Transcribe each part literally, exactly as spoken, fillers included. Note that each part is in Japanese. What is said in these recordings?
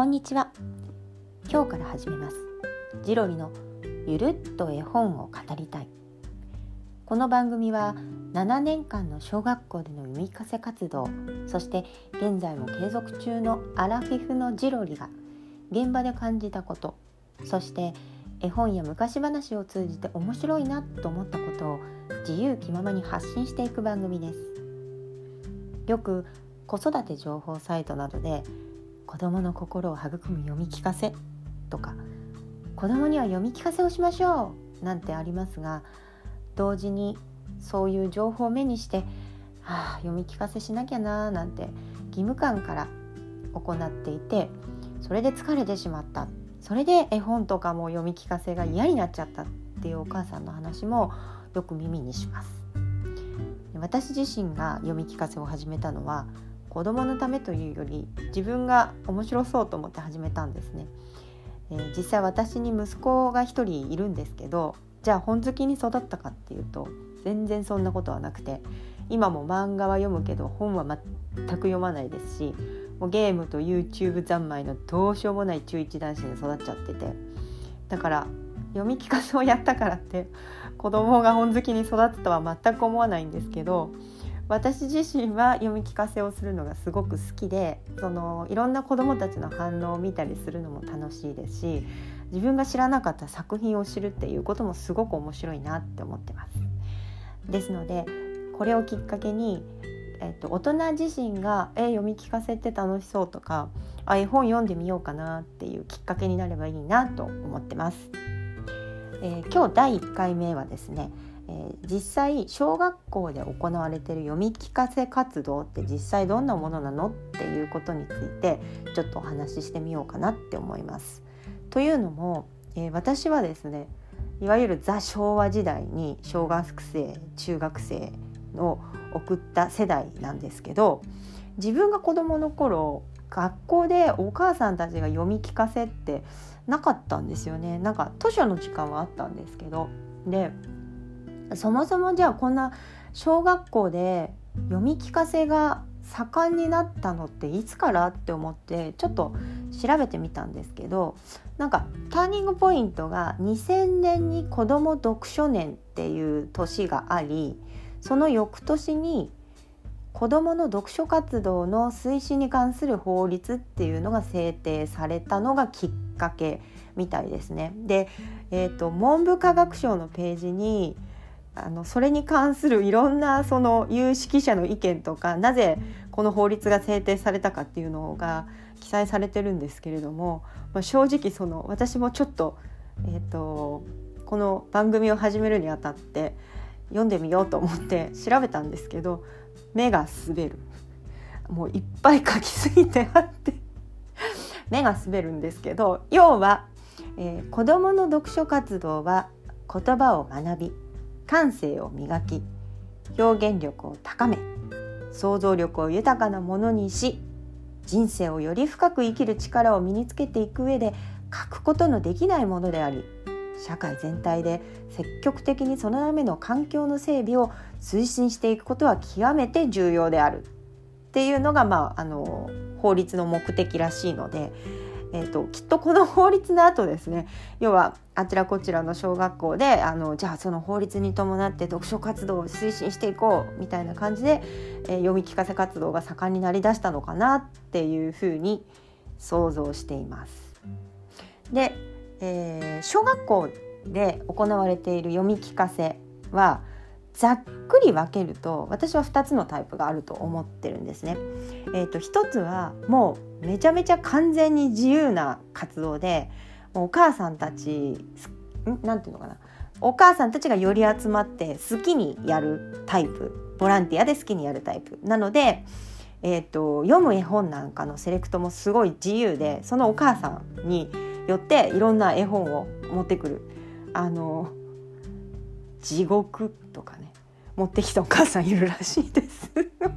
こんにちは。今日から始めますジロリのゆるっと絵本を語りたい。この番組はななねんかんの小学校での読み聞かせ活動、そして現在も継続中のアラフィフのジロリが現場で感じたこと、そして絵本や昔話を通じて面白いなと思ったことを自由気ままに発信していく番組です。よく子育て情報サイトなどで子どもの心を育む読み聞かせとか、子どもには読み聞かせをしましょうなんてありますが、同時にそういう情報を目にして、はあ、読み聞かせしなきゃななんて義務感から行っていて、それで疲れてしまった、それで絵本とかも読み聞かせが嫌になっちゃったっていうお母さんの話もよく耳にします。私自身が読み聞かせを始めたのは子供のためというより自分が面白そうと思って始めたんですね。えー、実際私に息子が一人いるんですけど、じゃあ本好きに育ったかっていうと全然そんなことはなくて、今も漫画は読むけど本は全く読まないですし、もうゲームと YouTube 三昧のどうしようもない中一男子に育っちゃってて、だから読み聞かせをやったからって子供が本好きに育つとは全く思わないんですけど、私自身は読み聞かせをするのがすごく好きで、そのいろんな子どもたちの反応を見たりするのも楽しいですし、自分が知らなかった作品を知るっていうこともすごく面白いなって思ってます。ですのでこれをきっかけに、えっと、大人自身がえ読み聞かせって楽しそうとか、あ絵本読んでみようかなっていうきっかけになればいいなと思ってます。えー、今日だいいっかいめはですね、えー、実際小学校で行われている読み聞かせ活動って実際どんなものなのっていうことについてちょっとお話ししてみようかなって思います。というのも、えー、私はですね、いわゆるザ昭和時代に小学生中学生を送った世代なんですけど、自分が子供の頃学校でお母さんたちが読み聞かせってなかったんですよね。なんか図書の時間はあったんですけど、でそもそもじゃあこんな小学校で読み聞かせが盛んになったのっていつからって思ってちょっと調べてみたんですけど、なんかターニングポイントがにせんねんに子ども読書年っていう年があり、その翌年に子どもの読書活動の推進に関する法律っていうのが制定されたのがきっかけみたいですね。で、えーと、文部科学省のページにあのそれに関するいろんなその有識者の意見とか、なぜこの法律が制定されたかっていうのが記載されてるんですけれども、まあ、正直その私もちょっと、えーと、この番組を始めるにあたって読んでみようと思って調べたんですけど、目が滑る。もういっぱい書きすぎてあって目が滑るんですけど、要は、えー、子どもの読書活動は言葉を学び、感性を磨き、表現力を高め、想像力を豊かなものにし、人生をより深く生きる力を身につけていく上で欠くことのできないものであり、社会全体で積極的にそのための環境の整備を推進していくことは極めて重要であるっていうのが、まあ、あの法律の目的らしいので、えーと、きっとこの法律の後ですね、要はあちらこちらの小学校であのじゃあその法律に伴って読書活動を推進していこうみたいな感じで、えー、読み聞かせ活動が盛んになりだしたのかなっていうふうに想像しています。で、えー、小学校で行われている読み聞かせはざっくり分けると私はふたつのタイプがあると思ってるんですね。えーと、ひとつはもうめちゃめちゃ完全に自由な活動で、もうお母さんたちなんていうのかなお母さんたちがより集まって好きにやるタイプ、ボランティアで好きにやるタイプなので、えーと、読む絵本なんかのセレクトもすごい自由で、そのお母さんによっていろんな絵本を持ってくる、あの地獄とかね持ってきたお母さんいるらしいです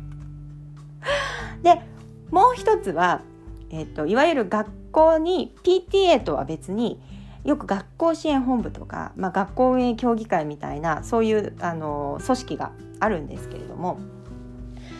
でもう一つは、えーと、いわゆる学校に ピーティーエー とは別によく学校支援本部とか、まあ、学校運営協議会みたいなそういうあの組織があるんですけれども、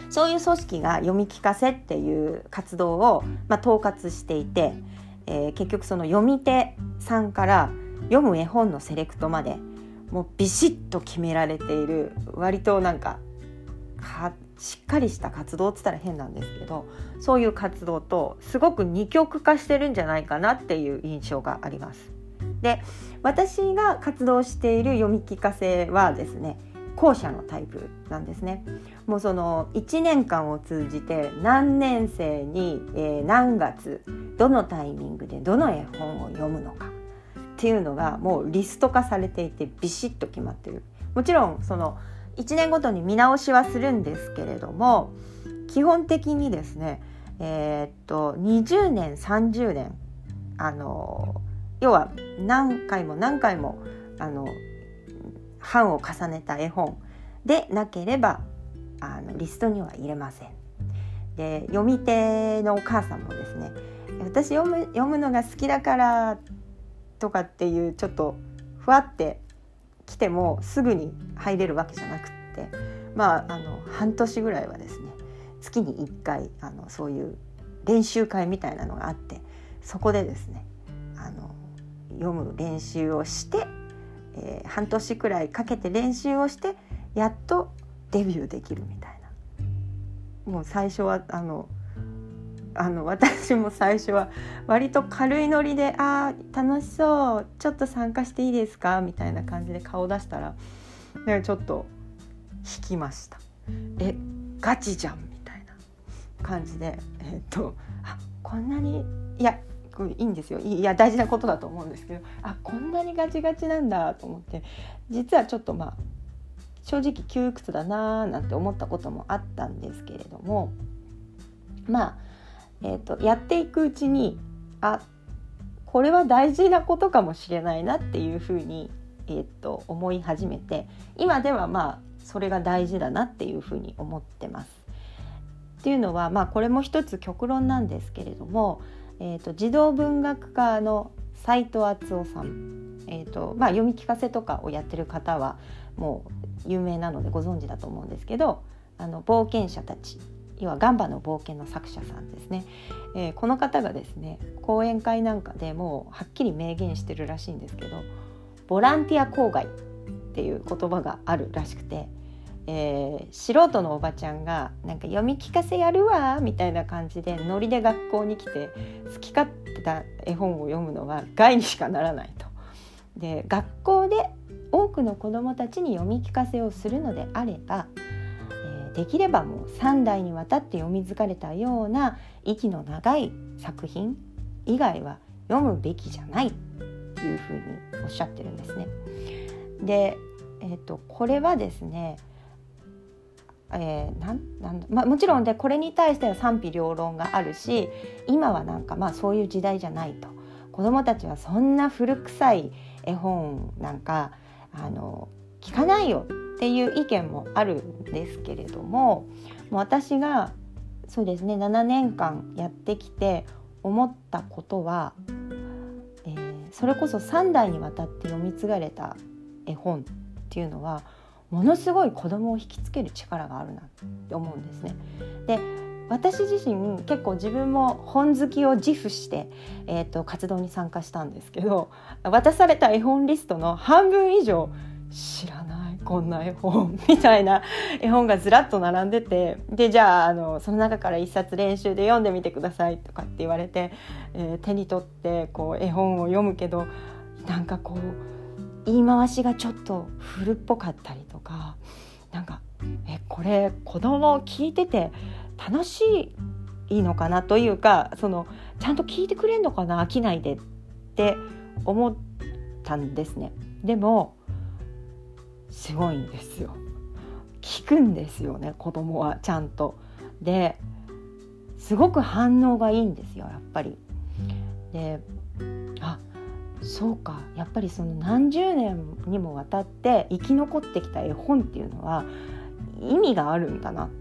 そういう組織が読み聞かせっていう活動を、まあ、統括していて、えー、結局その読み手さんから読む絵本のセレクトまでもうビシッと決められている、割となんかかしっかりした活動って言ったら変なんですけど、そういう活動とすごく二極化してるんじゃないかなっていう印象があります。で、私が活動している読み聞かせはですね、後者のタイプなんですね。もうそのいちねんかんを通じて何年生に、えー、何月どのタイミングでどの絵本を読むのかっていうのがもうリスト化されていて、ビシッと決まってる。もちろんそのいちねんごとに見直しはするんですけれども、基本的にですね、えー、っとにじゅうねんさんじゅうねん、あの要は何回も何回もあの版を重ねた絵本でなければあのリストには入れません。で、読み手のお母さんもですね、私読む、読むのが好きだからとかっていうちょっとふわって来てもすぐに入れるわけじゃなくって、まあ、あの半年ぐらいはですね、月にいっかいあのそういう練習会みたいなのがあって、そこでですねあの読む練習をして、えー、半年くらいかけて練習をしてやっとデビューできるみたいな。もう最初はあのあの私も最初は割と軽いノリで、あー楽しそう、ちょっと参加していいですかみたいな感じで顔出したら、ちょっと引きました。えガチじゃんみたいな感じで、えっとあこんなに、いやいいんですよ、いや大事なことだと思うんですけど、あこんなにガチガチなんだと思って、実はちょっとまあ正直窮屈だなーなんて思ったこともあったんですけれども、まあえーと、やっていくうちに、あこれは大事なことかもしれないなっていうふうに、えーと、思い始めて、今ではまあそれが大事だなっていうふうに思ってます。っていうのは、まあ、これも一つ極論なんですけれども、えーと、児童文学家の斉藤敦夫さん、えーとまあ、読み聞かせとかをやってる方はもう有名なのでご存知だと思うんですけど、あの冒険者たち、要はガンバの冒険の作者さんですね、えー、この方がですね講演会なんかでもうはっきり明言してるらしいんですけど、ボランティア校外っていう言葉があるらしくて、えー、素人のおばちゃんがなんか読み聞かせやるわみたいな感じでノリで学校に来て好き勝手な絵本を読むのは害にしかならないと。で、学校で多くの子どもたちに読み聞かせをするのであれば、できればもうさんだいにわたって読み継がれたような息の長い作品以外は読むべきじゃないっていうふうにおっしゃってるんですね。で、えーと、これはですね、えーなんなんまあ、もちろんでこれに対しては賛否両論があるし、今はなんかまあそういう時代じゃないと、子どもたちはそんな古臭い絵本なんかあの聞かないよっていう意見もあるんですけれども、もう私がそうですねななねんかんやってきて思ったことは、えー、それこそさんだいにわたって読み継がれた絵本っていうのはものすごい子供を引きつける力があるなって思うんですね。で、私自身結構自分も本好きを自負して、えーと、活動に参加したんですけど、渡された絵本リストの半分以上知らないこんな絵本みたいな絵本がずらっと並んでて、でじゃあ、あのその中から一冊練習で読んでみてくださいとかって言われて、えー、手に取ってこう絵本を読むけど、なんかこう言い回しがちょっと古っぽかったりとか、なんかえこれ子供聞いてて楽しいのかなというか、そのちゃんと聞いてくれんのかな飽きないでって思ったんですね。でもすごいんですよ。聞くんですよね、子供はちゃんと。ですごく反応がいいんですよ、やっぱり。で、あ、そうか、やっぱりその何十年にもわたって生き残ってきた絵本っていうのは意味があるんだなって、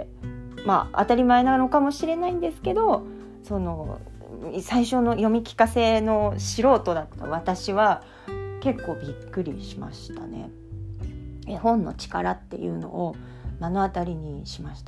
まあ当たり前なのかもしれないんですけど、その最初の読み聞かせの素人だった私は結構びっくりしましたね。絵本の力っていうのを目の当たりにしました。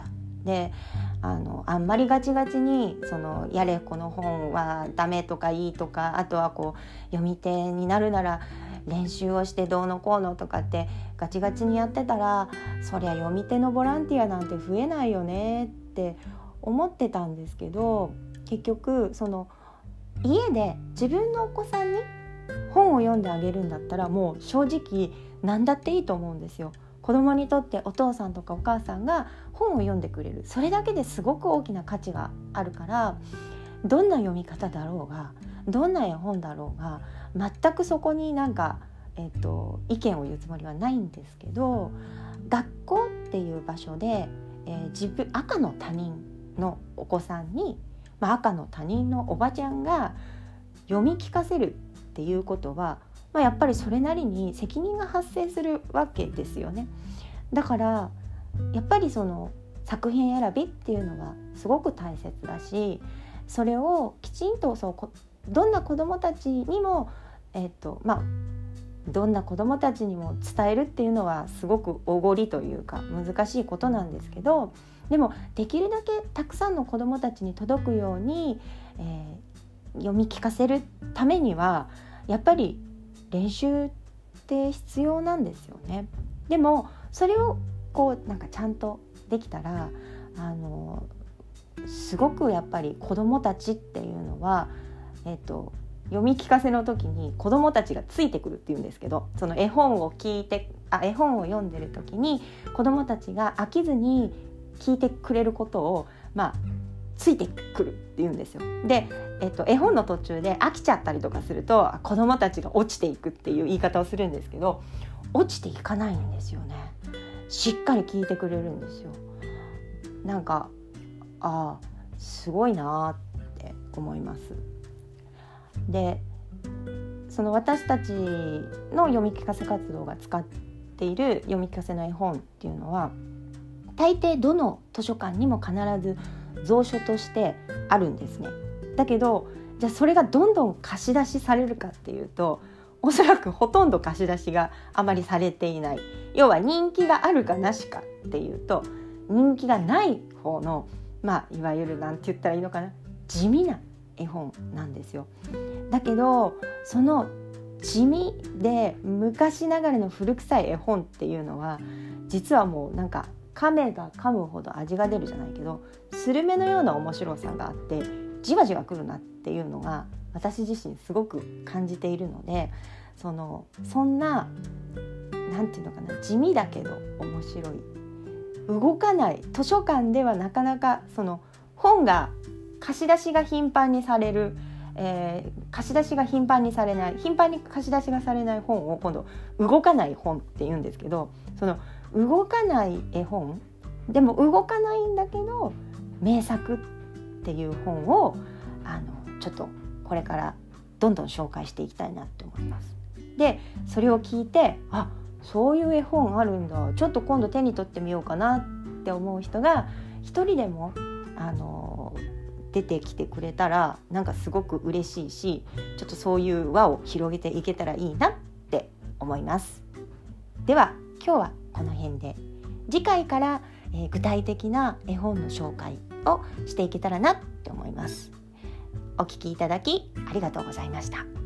であのあんまりガチガチにそのやれこの本はダメとかいいとか、あとはこう読み手になるなら練習をしてどうのこうのとかってガチガチにやってたら、そりゃ読み手のボランティアなんて増えないよねって思ってたんですけど、結局その家で自分のお子さんに本を読んであげるんだったら、もう正直何だっていいと思うんですよ。子供にとってお父さんとかお母さんが本を読んでくれる、それだけですごく大きな価値があるから、どんな読み方だろうがどんな絵本だろうが全くそこになんか、えっと、意見を言うつもりはないんですけど、学校っていう場所で、えー、自分赤の他人のお子さんに、まあ、赤の他人のおばちゃんが読み聞かせるっていうことは、まあ、やっぱりそれなりに責任が発生するわけですよね。だからやっぱりその作品選びっていうのはすごく大切だし、それをきちんとそうどんな子どもたちにも、えっとまあ、どんな子どもたちにも伝えるっていうのはすごくおごりというか難しいことなんですけど、でもできるだけたくさんの子どもたちに届くように、えー、読み聞かせるためにはやっぱり練習って必要なんですよね。でもそれをこうなんかちゃんとできたら、あのすごくやっぱり子どもたちっていうのは、えっと、読み聞かせの時に子どもたちがついてくるっていうんですけど、その絵本を聞いてあ絵本を読んでる時に子どもたちが飽きずに聞いてくれることを、まあ、ついてくるっていうんですよ。で、えっと、絵本の途中で飽きちゃったりとかすると子どもたちが落ちていくっていう言い方をするんですけど、落ちていかないんですよね。しっかり聞いてくれるんですよ。なんかああすごいなって思います。でその私たちの読み聞かせ活動が使っている読み聞かせの絵本っていうのは大抵どの図書館にも必ず蔵書としてあるんですね。だけどじゃあそれがどんどん貸し出しされるかっていうと、おそらくほとんど貸し出しがあまりされていない。要は人気があるかなしかっていうと、人気がない方の、まあいわゆるなんて言ったらいいのかな、地味な絵本なんですよ。だけどその地味で昔ながらの古臭い絵本っていうのは実はもうなんか亀が噛むほど味が出るじゃないけど、スルメのような面白さがあってじわじわくるなっていうのが私自身すごく感じているので、そのそんななんていうのかな、地味だけど面白い、動かない図書館ではなかなかその本が貸し出しが頻繁にされる、えー、貸し出しが頻繁にされない頻繁に貸し出しがされない本を今度動かない本って言うんですけど、その動かない絵本でも動かないんだけど名作っていう本をあのちょっとこれからどんどん紹介していきたいなって思います。でそれを聞いて、あ、そういう絵本あるんだ、ちょっと今度手に取ってみようかなって思う人が一人でもあの出てきてくれたらなんかすごく嬉しいし、ちょっとそういう輪を広げていけたらいいなって思います。では今日はこの辺で、次回から、えー、具体的な絵本の紹介をしていけたらなって思います。お聞きいただきありがとうございました。